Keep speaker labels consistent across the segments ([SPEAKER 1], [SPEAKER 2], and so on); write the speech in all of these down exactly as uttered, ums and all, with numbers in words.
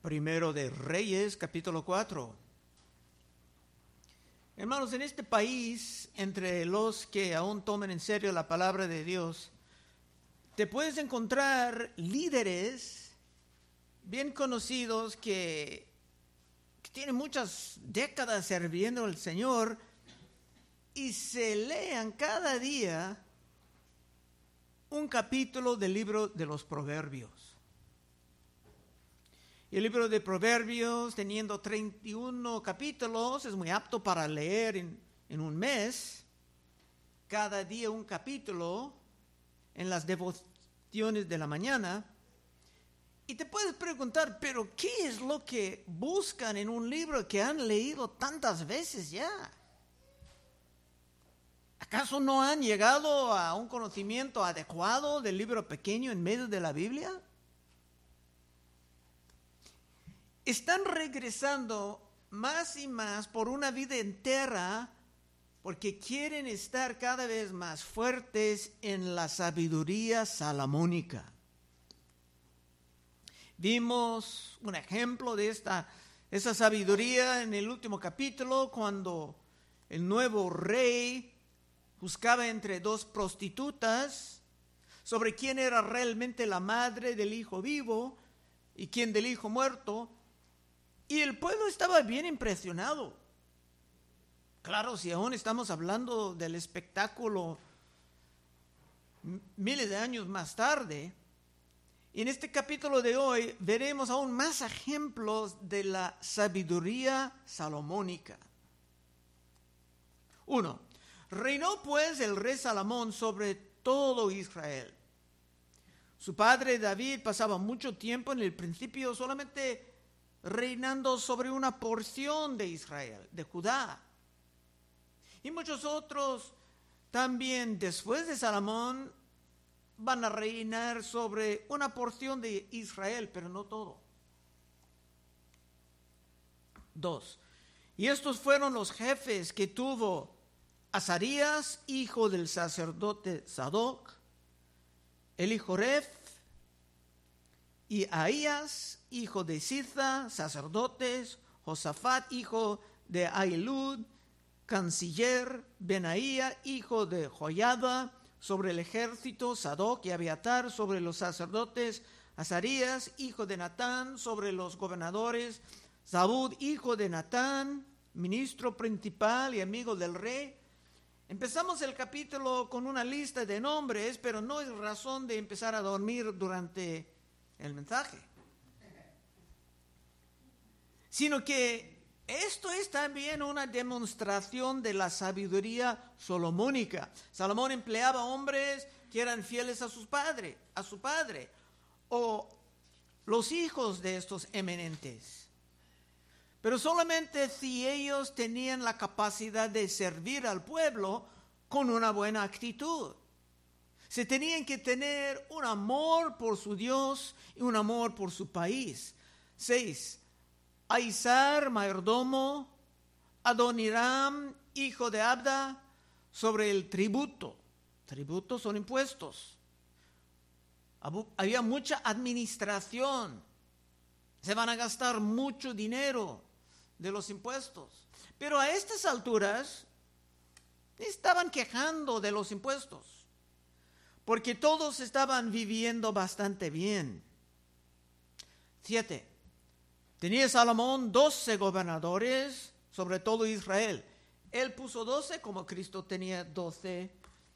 [SPEAKER 1] Primero de Reyes, capítulo cuatro. Hermanos, en este país, entre los que aún toman en serio la palabra de Dios, te puedes encontrar líderes bien conocidos que, que tienen muchas décadas sirviendo al Señor y se lean cada día un capítulo del libro de los Proverbios. El libro de Proverbios, teniendo treinta y uno capítulos, es muy apto para leer en, en un mes, cada día un capítulo en las devociones de la mañana. Y te puedes preguntar, ¿pero qué es lo que buscan en un libro que han leído tantas veces ya? ¿Acaso no han llegado a un conocimiento adecuado del libro pequeño en medio de la Biblia? Están regresando más y más por una vida entera porque quieren estar cada vez más fuertes en la sabiduría salomónica. Vimos un ejemplo de esta, esa sabiduría en el último capítulo cuando el nuevo rey buscaba entre dos prostitutas sobre quién era realmente la madre del hijo vivo y quién del hijo muerto. Y el pueblo estaba bien impresionado. Claro, si aún estamos hablando del espectáculo miles de años más tarde, y en este capítulo de hoy veremos aún más ejemplos de la sabiduría salomónica. Uno, reinó pues el rey Salomón sobre todo Israel. Su padre David pasaba mucho tiempo en el principio solamente reinando sobre una porción de Israel, de Judá. Y muchos otros también después de Salomón van a reinar sobre una porción de Israel, pero no todo. Dos. Y estos fueron los jefes que tuvo Azarías, hijo del sacerdote Sadoc, Elihoref, y Ahías, hijo de Sitha, sacerdotes, Josafat, hijo de Ahilud, canciller, Benaía, hijo de Joiada, sobre el ejército, Sadoc y Abiatar, sobre los sacerdotes, Azarías, hijo de Natán, sobre los gobernadores, Zabud, hijo de Natán, ministro principal y amigo del rey. Empezamos el capítulo con una lista de nombres, pero no es razón de empezar a dormir durante el mensaje, sino que esto es también una demostración de la sabiduría salomónica. Salomón empleaba hombres que eran fieles a sus padres, a su padre, o los hijos de estos eminentes, pero solamente si ellos tenían la capacidad de servir al pueblo con una buena actitud. Se tenían que tener un amor por su Dios y un amor por su país. Seis. Aizar, mayordomo, Adoniram, hijo de Abda, sobre el tributo. Tributos son impuestos. Había mucha administración. Se van a gastar mucho dinero de los impuestos. Pero a estas alturas estaban quejando de los impuestos, porque todos estaban viviendo bastante bien. Siete. Tenía Salomón doce gobernadores sobre todo Israel. Él puso doce como Cristo tenía doce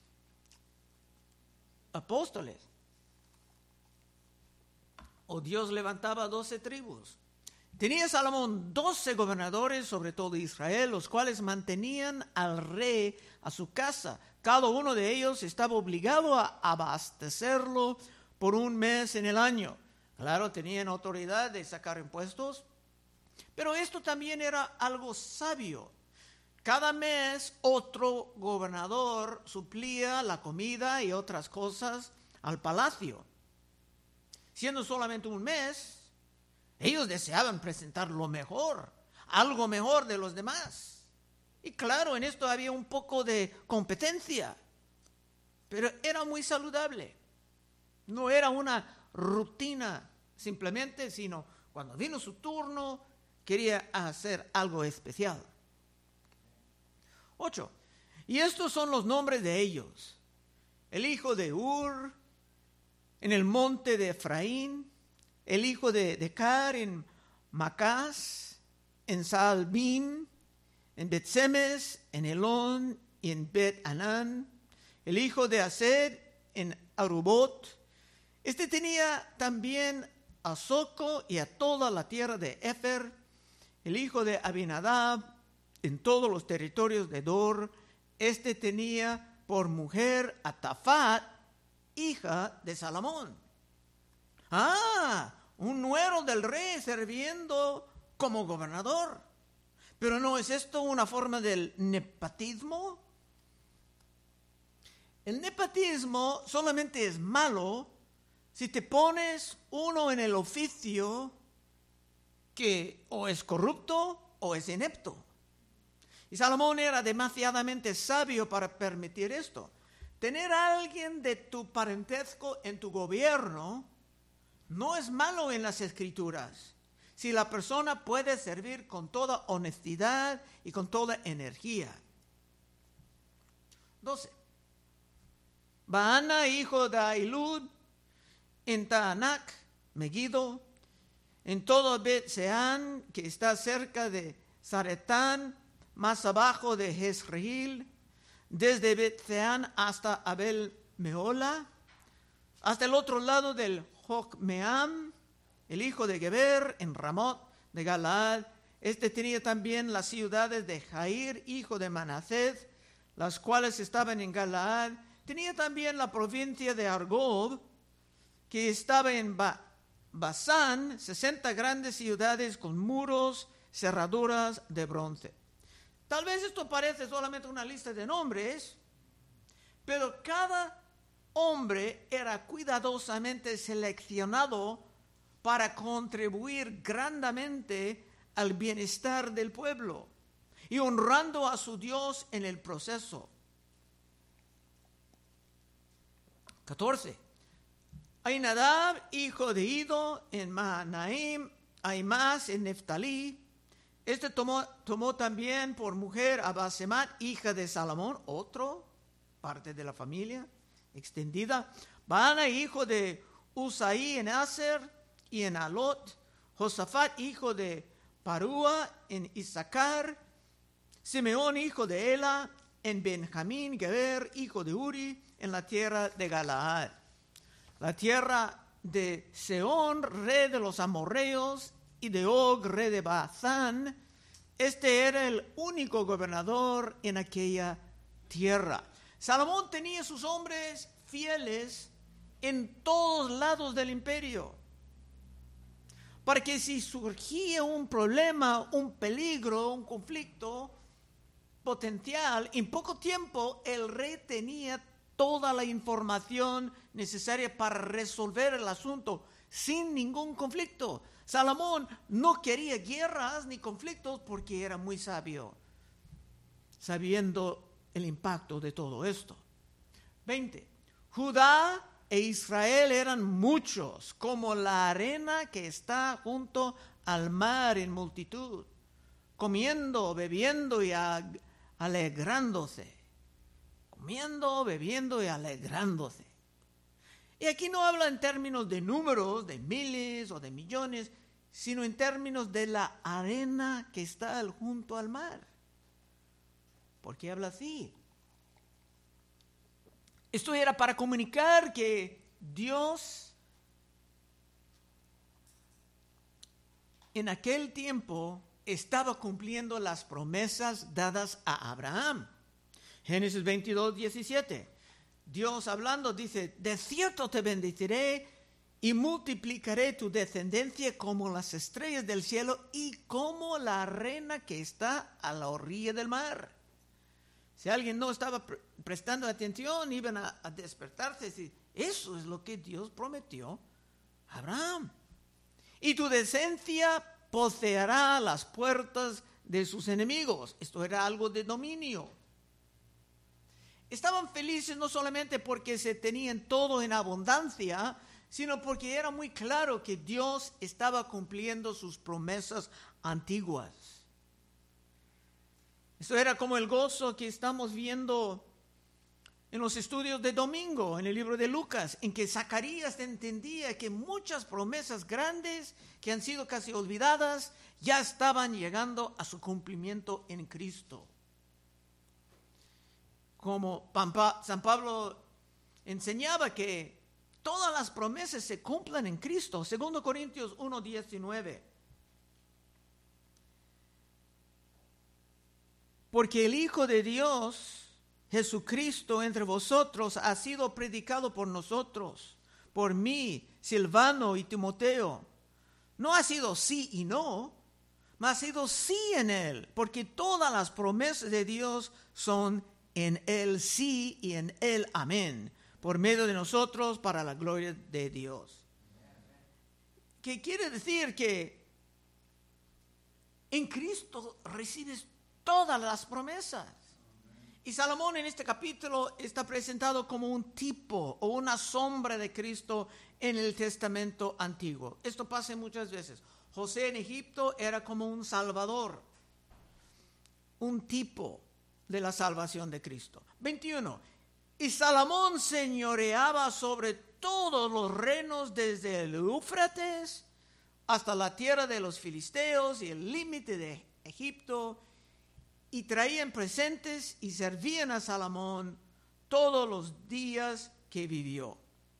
[SPEAKER 1] apóstoles. O Dios levantaba doce tribus. Tenía Salomón doce gobernadores sobre todo Israel, los cuales mantenían al rey a su casa. Cada uno de ellos estaba obligado a abastecerlo por un mes en el año. Claro, tenían autoridad de sacar impuestos, pero esto también era algo sabio. Cada mes otro gobernador suplía la comida y otras cosas al palacio. Siendo solamente un mes, ellos deseaban presentar lo mejor, algo mejor de los demás. Y claro, en esto había un poco de competencia, pero era muy saludable. No era una rutina simplemente, sino cuando vino su turno, quería hacer algo especial. Ocho. Y estos son los nombres de ellos. El hijo de Ur, en el monte de Efraín. El hijo de Decar, en Macás, en Saalbín, en Bet-Semes, en Elón y en Bet-Anán. El hijo de Ased, en Arubot. Este tenía también a Soco y a toda la tierra de Efer. El hijo de Abinadab, en todos los territorios de Dor. Este tenía por mujer a Tafat, hija de Salomón. Ah, un nuero del rey sirviendo como gobernador. Pero ¿no es esto una forma del nepotismo? El nepotismo solamente es malo si te pones uno en el oficio que o es corrupto o es inepto. Y Salomón era demasiadamente sabio para permitir esto. Tener a alguien de tu parentesco en tu gobierno no es malo en las Escrituras, si la persona puede servir con toda honestidad y con toda energía. doce. Baana, hijo de Ahilud, en Taanac, Megiddo, en todo Bet-Seán, que está cerca de Zaretán, más abajo de Jezreel, desde Bet-Seán hasta Abel-Mehola, hasta el otro lado del Jocmeam, el hijo de Geber, en Ramot de Galaad. Este tenía también las ciudades de Jair, hijo de Manasés, las cuales estaban en Galaad. Tenía también la provincia de Argob, que estaba en ba- Basán, sesenta grandes ciudades con muros, cerraduras de bronce. Tal vez esto parece solamente una lista de nombres, pero cada hombre era cuidadosamente seleccionado para contribuir grandemente al bienestar del pueblo y honrando a su Dios en el proceso. catorce. Ainadab, hijo de Ido, en Mahanaim, Aimás, en Neftalí. Este tomó, tomó también por mujer a Basemat, hija de Salomón, otro, parte de la familia extendida. Baana, hijo de Usaí, en Aser y en Alot. Josafat, hijo de Parúa, en Issacar. Simeón, hijo de Ela, en Benjamín. Geber, hijo de Uri, en la tierra de Galaad. La tierra de Seón, rey de los amorreos, y de Og, rey de Basán. Este era el único gobernador en aquella tierra. Salomón tenía sus hombres fieles en todos lados del imperio, para que si surgía un problema, un peligro, un conflicto potencial, en poco tiempo el rey tenía toda la información necesaria para resolver el asunto sin ningún conflicto. Salomón no quería guerras ni conflictos porque era muy sabio, sabiendo el impacto de todo esto. veinte. Judá e Israel eran muchos, como la arena que está junto al mar en multitud, comiendo, bebiendo y ag- alegrándose. Comiendo, bebiendo y alegrándose. Y aquí no habla en términos de números, de miles o de millones, sino en términos de la arena que está junto al mar. ¿Por qué habla así? Esto era para comunicar que Dios en aquel tiempo estaba cumpliendo las promesas dadas a Abraham. Génesis veintidós, diecisiete. Dios hablando dice: de cierto te bendeciré y multiplicaré tu descendencia como las estrellas del cielo y como la arena que está a la orilla del mar. Si alguien no estaba pre- prestando atención, iban a, a despertarse y decir: eso es lo que Dios prometió a Abraham. Y tu descendencia poseerá las puertas de sus enemigos. Esto era algo de dominio. Estaban felices no solamente porque se tenían todo en abundancia, sino porque era muy claro que Dios estaba cumpliendo sus promesas antiguas. Eso era como el gozo que estamos viendo en los estudios de domingo, en el libro de Lucas, en que Zacarías entendía que muchas promesas grandes que han sido casi olvidadas ya estaban llegando a su cumplimiento en Cristo. Como San Pablo enseñaba que todas las promesas se cumplan en Cristo. Segundo Corintios uno diecinueve. Porque el Hijo de Dios, Jesucristo, entre vosotros ha sido predicado por nosotros, por mí, Silvano y Timoteo. No ha sido sí y no, mas ha sido sí en él, porque todas las promesas de Dios son en él sí y en él amén, por medio de nosotros para la gloria de Dios. ¿Qué quiere decir? Que en Cristo recibes todas las promesas. Y Salomón en este capítulo está presentado como un tipo o una sombra de Cristo en el Testamento Antiguo. Esto pasa muchas veces. José en Egipto era como un salvador, un tipo de la salvación de Cristo. veintiuno. Y Salomón señoreaba sobre todos los reinos desde el Éufrates hasta la tierra de los filisteos y el límite de Egipto, y traían presentes y servían a Salomón todos los días que vivió.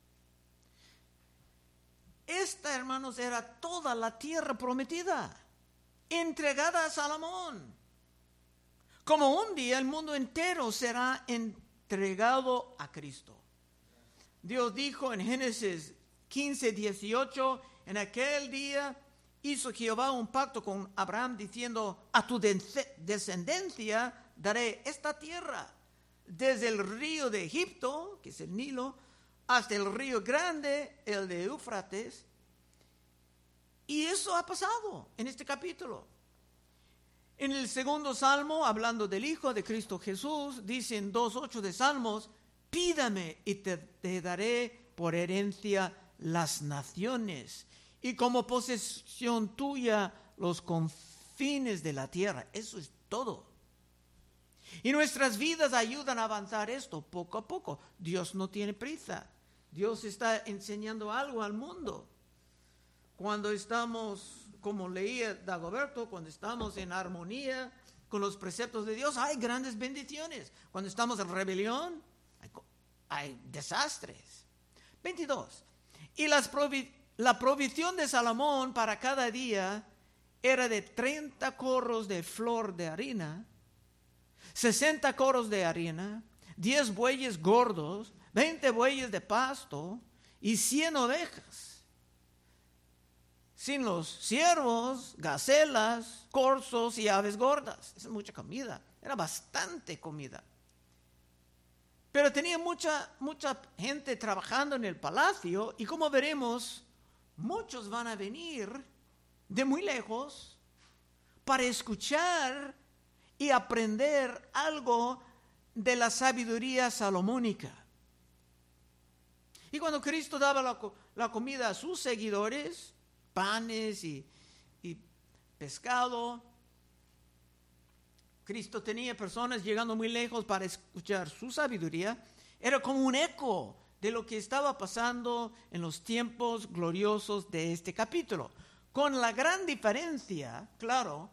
[SPEAKER 1] Esta, hermanos, era toda la tierra prometida, entregada a Salomón. Como un día el mundo entero será entregado a Cristo. Dios dijo en Génesis quince dieciocho, en aquel día hizo Jehová un pacto con Abraham diciendo, a tu descendencia daré esta tierra, desde el río de Egipto, que es el Nilo, hasta el río grande, el de Éufrates. Y eso ha pasado en este capítulo. En el segundo salmo, hablando del Hijo de Cristo Jesús, dice en dos ocho de Salmos, pídame y te, te daré por herencia las naciones, y como posesión tuya los confines de la tierra. Eso es todo. Y nuestras vidas ayudan a avanzar esto poco a poco. Dios no tiene prisa. Dios está enseñando algo al mundo. Cuando estamos, como leía Dagoberto, cuando estamos en armonía con los preceptos de Dios, hay grandes bendiciones. Cuando estamos en rebelión, hay, hay desastres. veintidós. Y las provisiones. La provisión de Salomón para cada día era de treinta corros de flor de harina, sesenta corros de harina, diez bueyes gordos, veinte bueyes de pasto y cien ovejas. Sin los ciervos, gacelas, corzos y aves gordas. Esa es mucha comida. Era bastante comida. Pero tenía mucha, mucha gente trabajando en el palacio, y como veremos, muchos van a venir de muy lejos para escuchar y aprender algo de la sabiduría salomónica. Y cuando Cristo daba la, la comida a sus seguidores, panes y, y pescado, Cristo tenía personas llegando muy lejos para escuchar su sabiduría. Era como un eco de lo que estaba pasando en los tiempos gloriosos de este capítulo, con la gran diferencia, claro,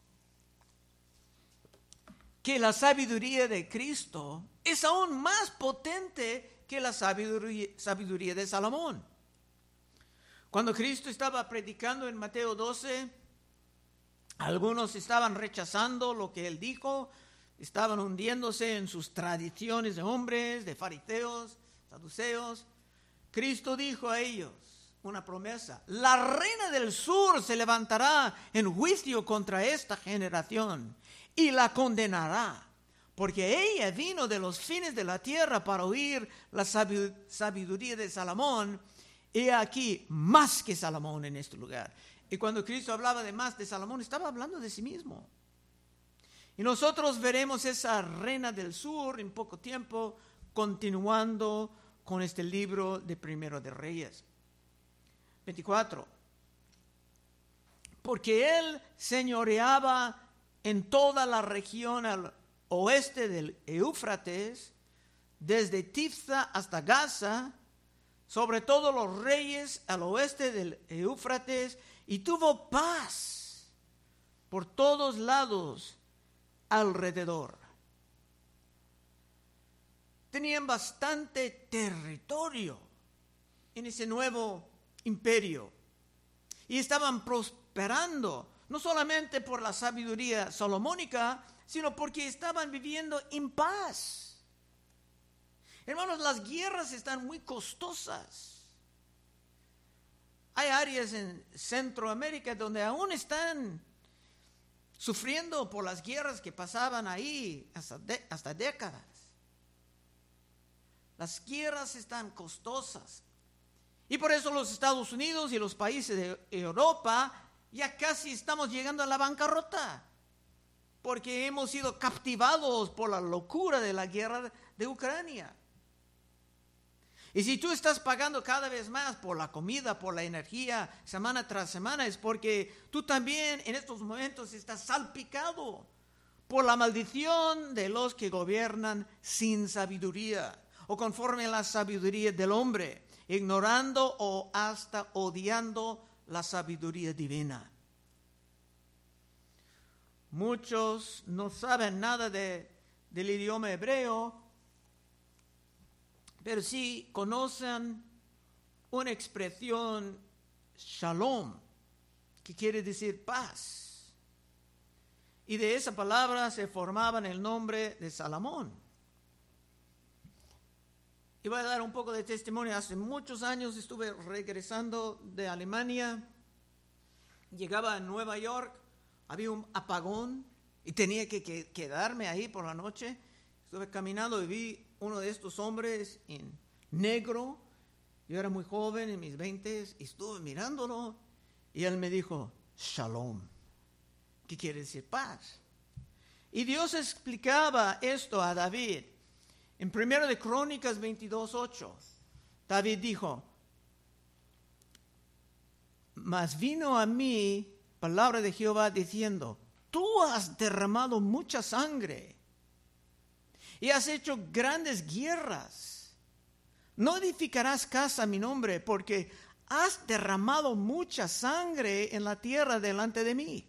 [SPEAKER 1] que la sabiduría de Cristo es aún más potente que la sabiduría, sabiduría de Salomón. Cuando Cristo estaba predicando en Mateo doce, algunos estaban rechazando lo que él dijo, estaban hundiéndose en sus tradiciones de hombres, de fariseos, saduceos. Cristo dijo a ellos una promesa: la reina del sur se levantará en juicio contra esta generación y la condenará, porque ella vino de los fines de la tierra para oír la sabiduría de Salomón, y aquí más que Salomón en este lugar. Y cuando Cristo hablaba de más de Salomón, estaba hablando de sí mismo. Y nosotros veremos esa reina del sur en poco tiempo, continuando con este libro de Primero de Reyes. veinticuatro. Porque él señoreaba en toda la región al oeste del Éufrates, desde Tifsa hasta Gaza, sobre todos los reyes al oeste del Éufrates, y tuvo paz por todos lados alrededor. Tenían bastante territorio en ese nuevo imperio y estaban prosperando, no solamente por la sabiduría salomónica, sino porque estaban viviendo en paz. Hermanos, las guerras están muy costosas. Hay áreas en Centroamérica donde aún están sufriendo por las guerras que pasaban ahí hasta, de, hasta décadas. Las guerras están costosas. Y por eso los Estados Unidos y los países de Europa ya casi estamos llegando a la bancarrota, porque hemos sido captivados por la locura de la guerra de Ucrania. Y si tú estás pagando cada vez más por la comida, por la energía, semana tras semana, es porque tú también en estos momentos estás salpicado por la maldición de los que gobiernan sin sabiduría o conforme a la sabiduría del hombre, ignorando o hasta odiando la sabiduría divina. Muchos no saben nada de, del idioma hebreo, pero sí conocen una expresión shalom, que quiere decir paz. Y de esa palabra se formaban el nombre de Salomón. Y voy a dar un poco de testimonio. Hace muchos años estuve regresando de Alemania. Llegaba a Nueva York, había un apagón y tenía que, que quedarme ahí por la noche. Estuve caminando y vi uno de estos hombres en negro. Yo era muy joven, en mis veintes, y estuve mirándolo. Y él me dijo, Shalom, que quiere decir paz. Y Dios explicaba esto a David. En Primero de Crónicas veintidós ocho, David dijo, mas vino a mí palabra de Jehová diciendo, tú has derramado mucha sangre y has hecho grandes guerras. No edificarás casa a mi nombre, porque has derramado mucha sangre en la tierra delante de mí.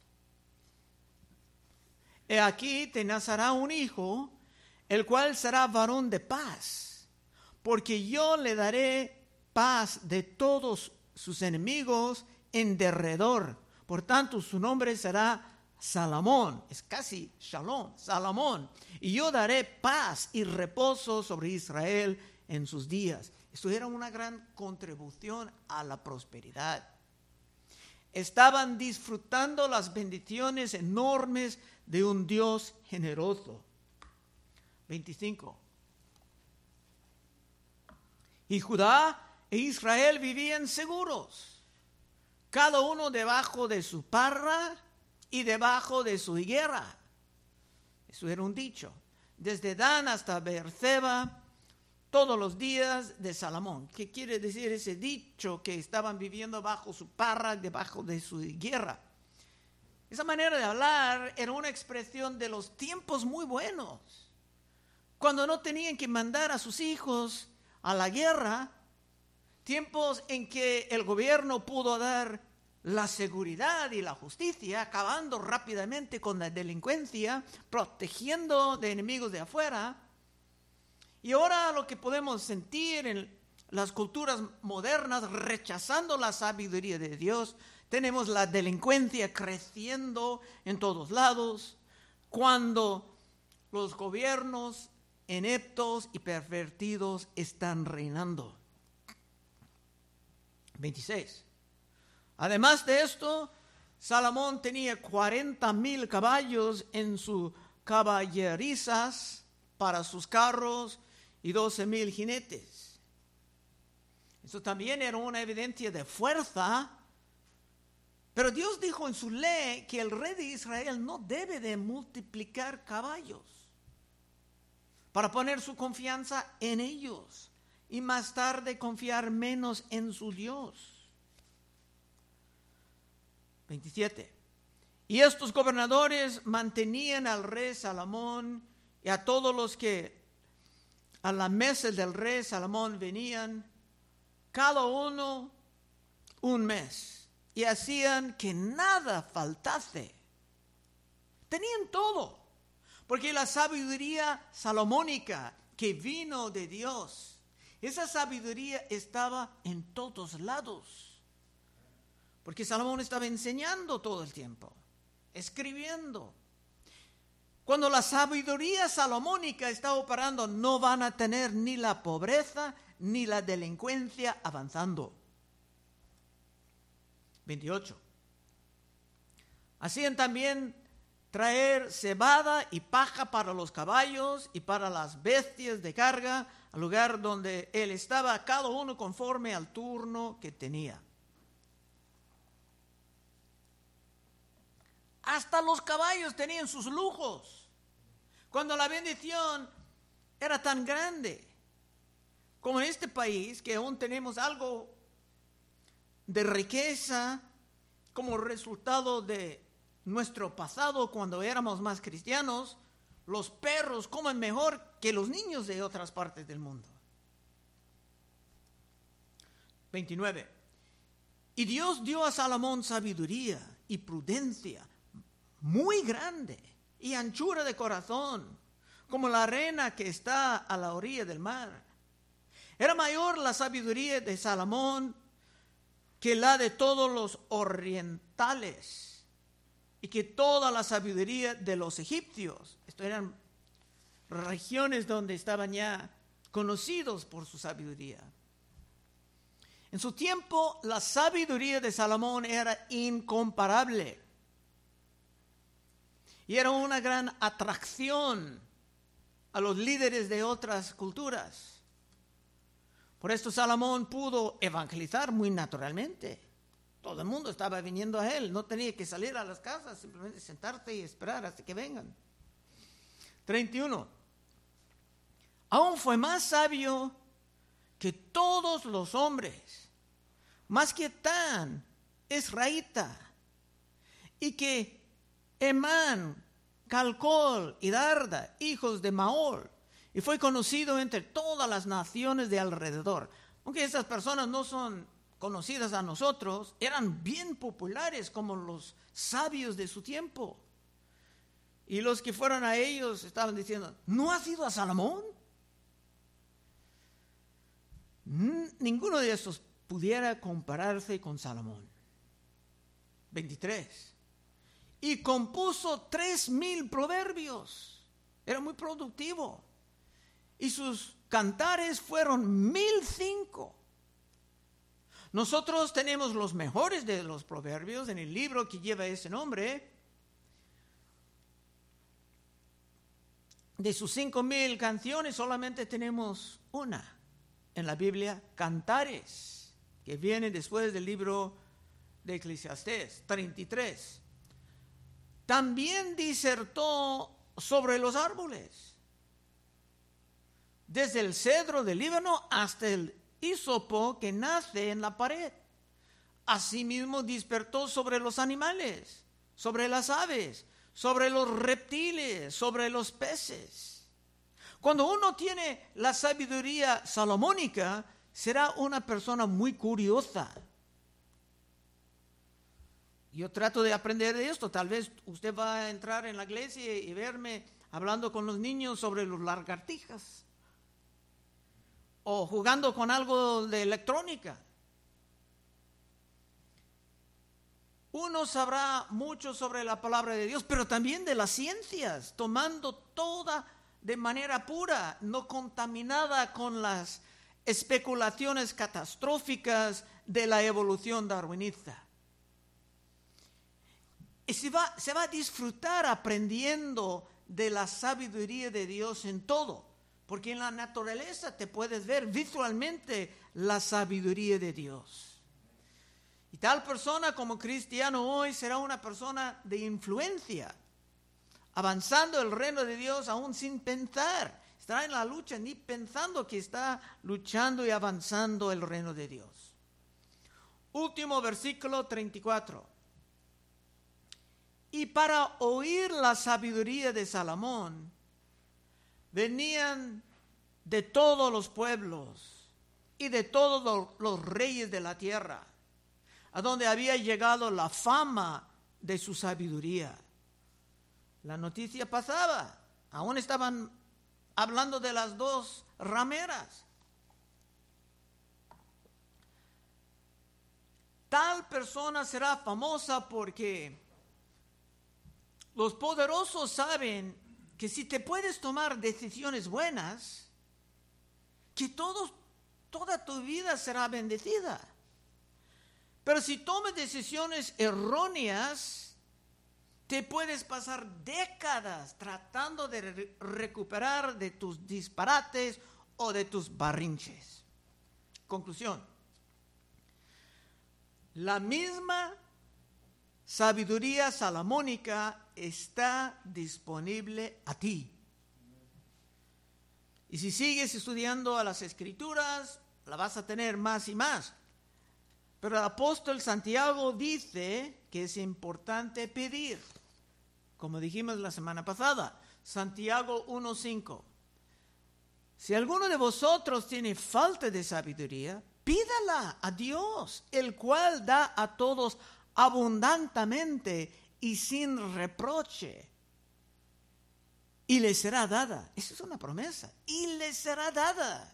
[SPEAKER 1] He aquí te nacerá un hijo, el cual será varón de paz, porque yo le daré paz de todos sus enemigos en derredor. Por tanto, su nombre será Salomón, es casi Shalom, Salomón. Y yo daré paz y reposo sobre Israel en sus días. Esto era una gran contribución a la prosperidad. Estaban disfrutando las bendiciones enormes de un Dios generoso. veinticinco. Y Judá e Israel vivían seguros, cada uno debajo de su parra y debajo de su higuera. Eso era un dicho. Desde Dan hasta Beerseba, todos los días de Salomón. ¿Qué quiere decir ese dicho? Que estaban viviendo bajo su parra, debajo de su higuera. Esa manera de hablar era una expresión de los tiempos muy buenos, cuando no tenían que mandar a sus hijos a la guerra, tiempos en que el gobierno pudo dar la seguridad y la justicia, acabando rápidamente con la delincuencia, protegiendo de enemigos de afuera. Y ahora lo que podemos sentir en las culturas modernas, rechazando la sabiduría de Dios, tenemos la delincuencia creciendo en todos lados, cuando los gobiernos ineptos y pervertidos están reinando. veintiséis. Además de esto, Salomón tenía cuarenta mil caballos en sus caballerizas para sus carros y doce mil jinetes. Eso también era una evidencia de fuerza. Pero Dios dijo en su ley que el rey de Israel no debe de multiplicar caballos para poner su confianza en ellos y más tarde confiar menos en su Dios. veintisiete. Y estos gobernadores mantenían al rey Salomón y a todos los que a la mesa del rey Salomón venían, cada uno un mes, y hacían que nada faltase. Tenían todo, porque la sabiduría salomónica que vino de Dios, esa sabiduría estaba en todos lados, porque Salomón estaba enseñando todo el tiempo, escribiendo. Cuando la sabiduría salomónica está operando, no van a tener ni la pobreza ni la delincuencia avanzando. veintiocho. Hacían también traer cebada y paja para los caballos y para las bestias de carga, al lugar donde él estaba, cada uno conforme al turno que tenía. Hasta los caballos tenían sus lujos. Cuando la bendición era tan grande, como en este país, que aún tenemos algo de riqueza como resultado de nuestro pasado cuando éramos más cristianos, los perros comen mejor que los niños de otras partes del mundo. veintinueve. Y Dios dio a Salomón sabiduría y prudencia muy grande y anchura de corazón, como la arena que está a la orilla del mar. Era mayor la sabiduría de Salomón que la de todos los orientales y que toda la sabiduría de los egipcios. Estas eran regiones donde estaban ya conocidos por su sabiduría. En su tiempo, la sabiduría de Salomón era incomparable y era una gran atracción a los líderes de otras culturas. Por esto Salomón pudo evangelizar muy naturalmente. Todo el mundo estaba viniendo a él, no tenía que salir a las casas, simplemente sentarse y esperar hasta que vengan. treinta y uno. Aún fue más sabio que todos los hombres, más que Tan, Esraíta, y que Emán, Calcol y Darda, hijos de Maol, y fue conocido entre todas las naciones de alrededor. Aunque esas personas no son conocidas a nosotros, eran bien populares como los sabios de su tiempo. Y los que fueron a ellos estaban diciendo, ¿no has ido a Salomón? Ninguno de estos pudiera compararse con Salomón. veintitrés. Y compuso tres mil proverbios. Era muy productivo. Y sus cantares fueron mil cinco. Nosotros tenemos los mejores de los proverbios en el libro que lleva ese nombre. De sus cinco mil canciones solamente tenemos una en la Biblia, Cantares, que viene después del libro de Eclesiastés, treinta y tres. También disertó sobre los árboles, desde el cedro del Líbano hasta el hisopo que nace en la pared. Asimismo dispertó sobre los animales, sobre las aves, sobre los reptiles, sobre los peces. Cuando uno tiene la sabiduría salomónica, será una persona muy curiosa. Yo trato de aprender de esto. Tal vez usted va a entrar en la iglesia y verme hablando con los niños sobre los lagartijas, o jugando con algo de electrónica. Uno sabrá mucho sobre la palabra de Dios, pero también de las ciencias, tomando toda de manera pura, no contaminada con las especulaciones catastróficas de la evolución darwinista. Y se va, se va a disfrutar aprendiendo de la sabiduría de Dios en todo, porque en la naturaleza te puedes ver visualmente la sabiduría de Dios. Y tal persona como cristiano hoy será una persona de influencia, avanzando el reino de Dios aún sin pensar. Estará en la lucha ni pensando que está luchando y avanzando el reino de Dios. Último versículo treinta y cuatro. Y para oír la sabiduría de Salomón, venían de todos los pueblos y de todos los reyes de la tierra, a donde había llegado la fama de su sabiduría. La noticia pasaba, aún estaban hablando de las dos rameras. Tal persona será famosa porque los poderosos saben que si te puedes tomar decisiones buenas, que todos, toda tu vida será bendecida. Pero si tomas decisiones erróneas, te puedes pasar décadas tratando de re- recuperar de tus disparates o de tus barrinches. Conclusión. La misma sabiduría salomónica está disponible a ti. Y si sigues estudiando a las Escrituras, la vas a tener más y más. Pero el apóstol Santiago dice que es importante pedir. Como dijimos la semana pasada, Santiago uno cinco. Si alguno de vosotros tiene falta de sabiduría, pídala a Dios, el cual da a todos abundantemente y sin reproche, y le será dada. Esa es una promesa. Y le será dada.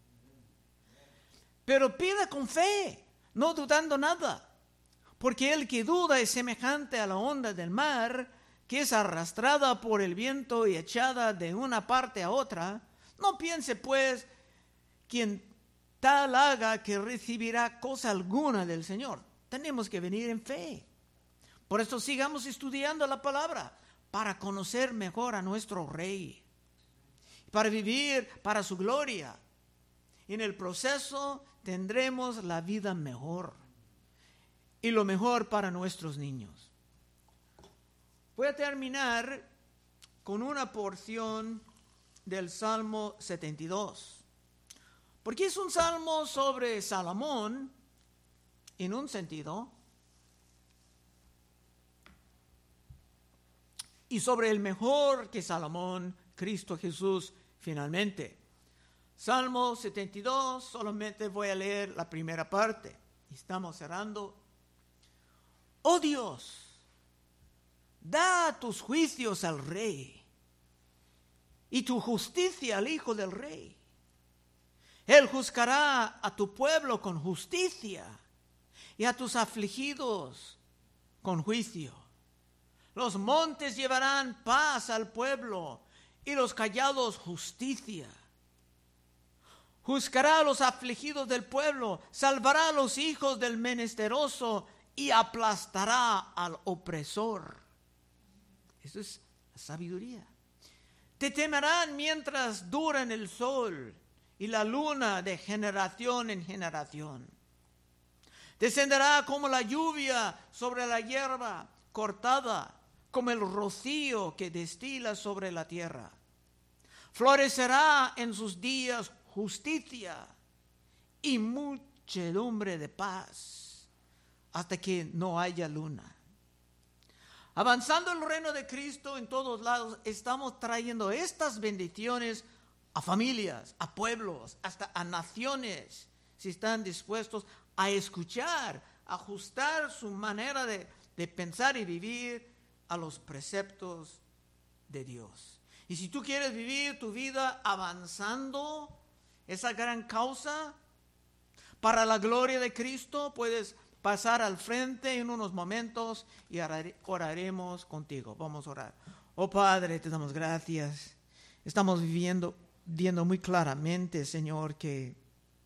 [SPEAKER 1] Pero pida con fe, no dudando nada, porque el que duda es semejante a la onda del mar, que es arrastrada por el viento y echada de una parte a otra. No piense pues quien tal haga que recibirá cosa alguna del Señor. Tenemos que venir en fe. Por eso sigamos estudiando la palabra, para conocer mejor a nuestro Rey, para vivir para su gloria. En el proceso tendremos la vida mejor y lo mejor para nuestros niños. Voy a terminar con una porción del Salmo setenta y dos, porque es un salmo sobre Salomón en un sentido, y sobre el mejor que Salomón, Cristo Jesús, finalmente. Salmo setenta y dos, solamente voy a leer la primera parte. Estamos cerrando. Oh Dios, da tus juicios al rey y tu justicia al hijo del rey. Él juzgará a tu pueblo con justicia y a tus afligidos con juicio. Los montes llevarán paz al pueblo y los callados justicia. Juzgará a los afligidos del pueblo, salvará a los hijos del menesteroso y aplastará al opresor. Eso es la sabiduría. Te temerán mientras duran el sol y la luna de generación en generación. Descenderá como la lluvia sobre la hierba cortada, como el rocío que destila sobre la tierra. Florecerá en sus días justicia y muchedumbre de paz, hasta que no haya luna. Avanzando el reino de Cristo en todos lados, estamos trayendo estas bendiciones a familias, a pueblos, hasta a naciones, si están dispuestos a escuchar, a ajustar su manera de, de pensar y vivir a los preceptos de Dios. Y si tú quieres vivir tu vida avanzando esa gran causa para la gloria de Cristo, puedes pasar al frente en unos momentos y oraremos contigo. Vamos a orar. Oh Padre, te damos gracias. Estamos viviendo, viendo muy claramente, Señor, que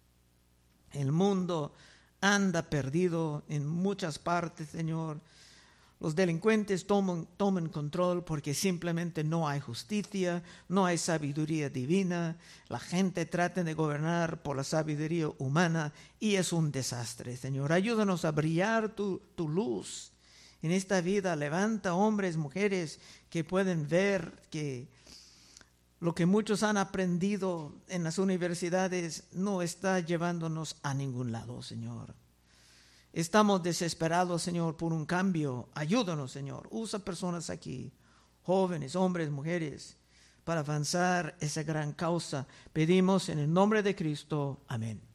[SPEAKER 1] el mundo anda perdido en muchas partes, Señor. Los delincuentes toman, toman control porque simplemente no hay justicia, no hay sabiduría divina. La gente trata de gobernar por la sabiduría humana y es un desastre, Señor. Ayúdanos a brillar tu, tu luz en esta vida. Levanta hombres, mujeres que pueden ver que lo que muchos han aprendido en las universidades no está llevándonos a ningún lado, Señor. Estamos desesperados, Señor, por un cambio. Ayúdanos, Señor. Usa personas aquí, jóvenes, hombres, mujeres, para avanzar esa gran causa. Pedimos en el nombre de Cristo. Amén.